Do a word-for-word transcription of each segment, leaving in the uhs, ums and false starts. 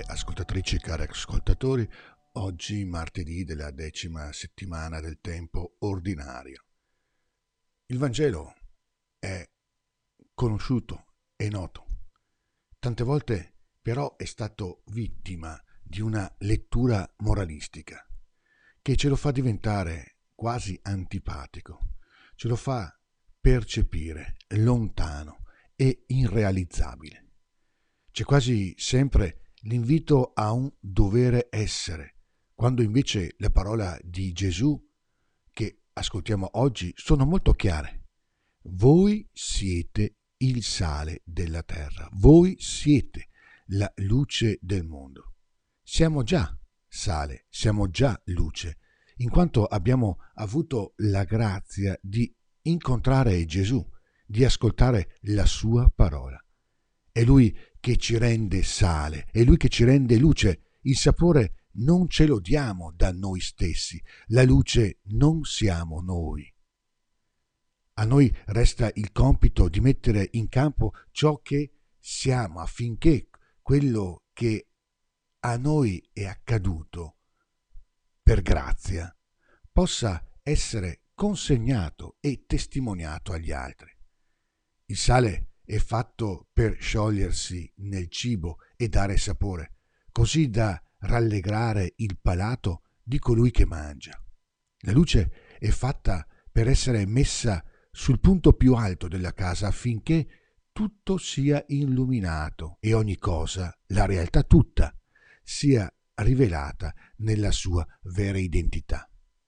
ascoltatrici e cari ascoltatori, oggi martedì della decima settimana del tempo ordinario. Il Vangelo è conosciuto e noto, tante volte però è stato vittima di una lettura moralistica che ce lo fa diventare quasi antipatico, ce lo fa percepire lontano e irrealizzabile. C'è quasi sempre l'invito a un dovere essere, quando invece le parole di Gesù che ascoltiamo oggi sono molto chiare. Voi siete il sale della terra, voi siete la luce del mondo. Siamo già sale, siamo già luce, in quanto abbiamo avuto la grazia di incontrare Gesù, di ascoltare la sua parola. È Lui che ci rende sale, è Lui che ci rende luce. Il sapore non ce lo diamo da noi stessi, la luce non siamo noi. A noi resta il compito di mettere in campo ciò che siamo affinché quello che a noi è accaduto per grazia possa essere consegnato e testimoniato agli altri. Il sale è fatto per sciogliersi nel cibo e dare sapore, così da rallegrare il palato di colui che mangia. La luce è fatta per essere messa sul punto più alto della casa affinché tutto sia illuminato e ogni cosa, la realtà tutta, sia rivelata nella sua vera identità.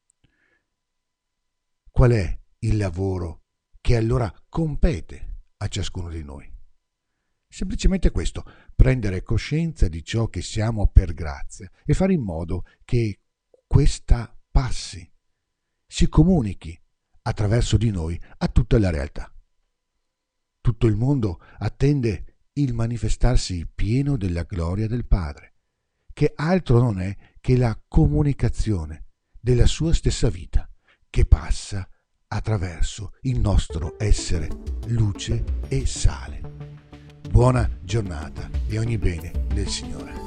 Qual è il lavoro che allora compete a ciascuno di noi? Semplicemente questo: prendere coscienza di ciò che siamo per grazia e fare in modo che questa passi, si comunichi attraverso di noi a tutta la realtà. Tutto il mondo attende il manifestarsi pieno della gloria del Padre, che altro non è che la comunicazione della sua stessa vita, che passa attraverso il nostro essere luce e sale. Buona giornata e ogni bene del Signore.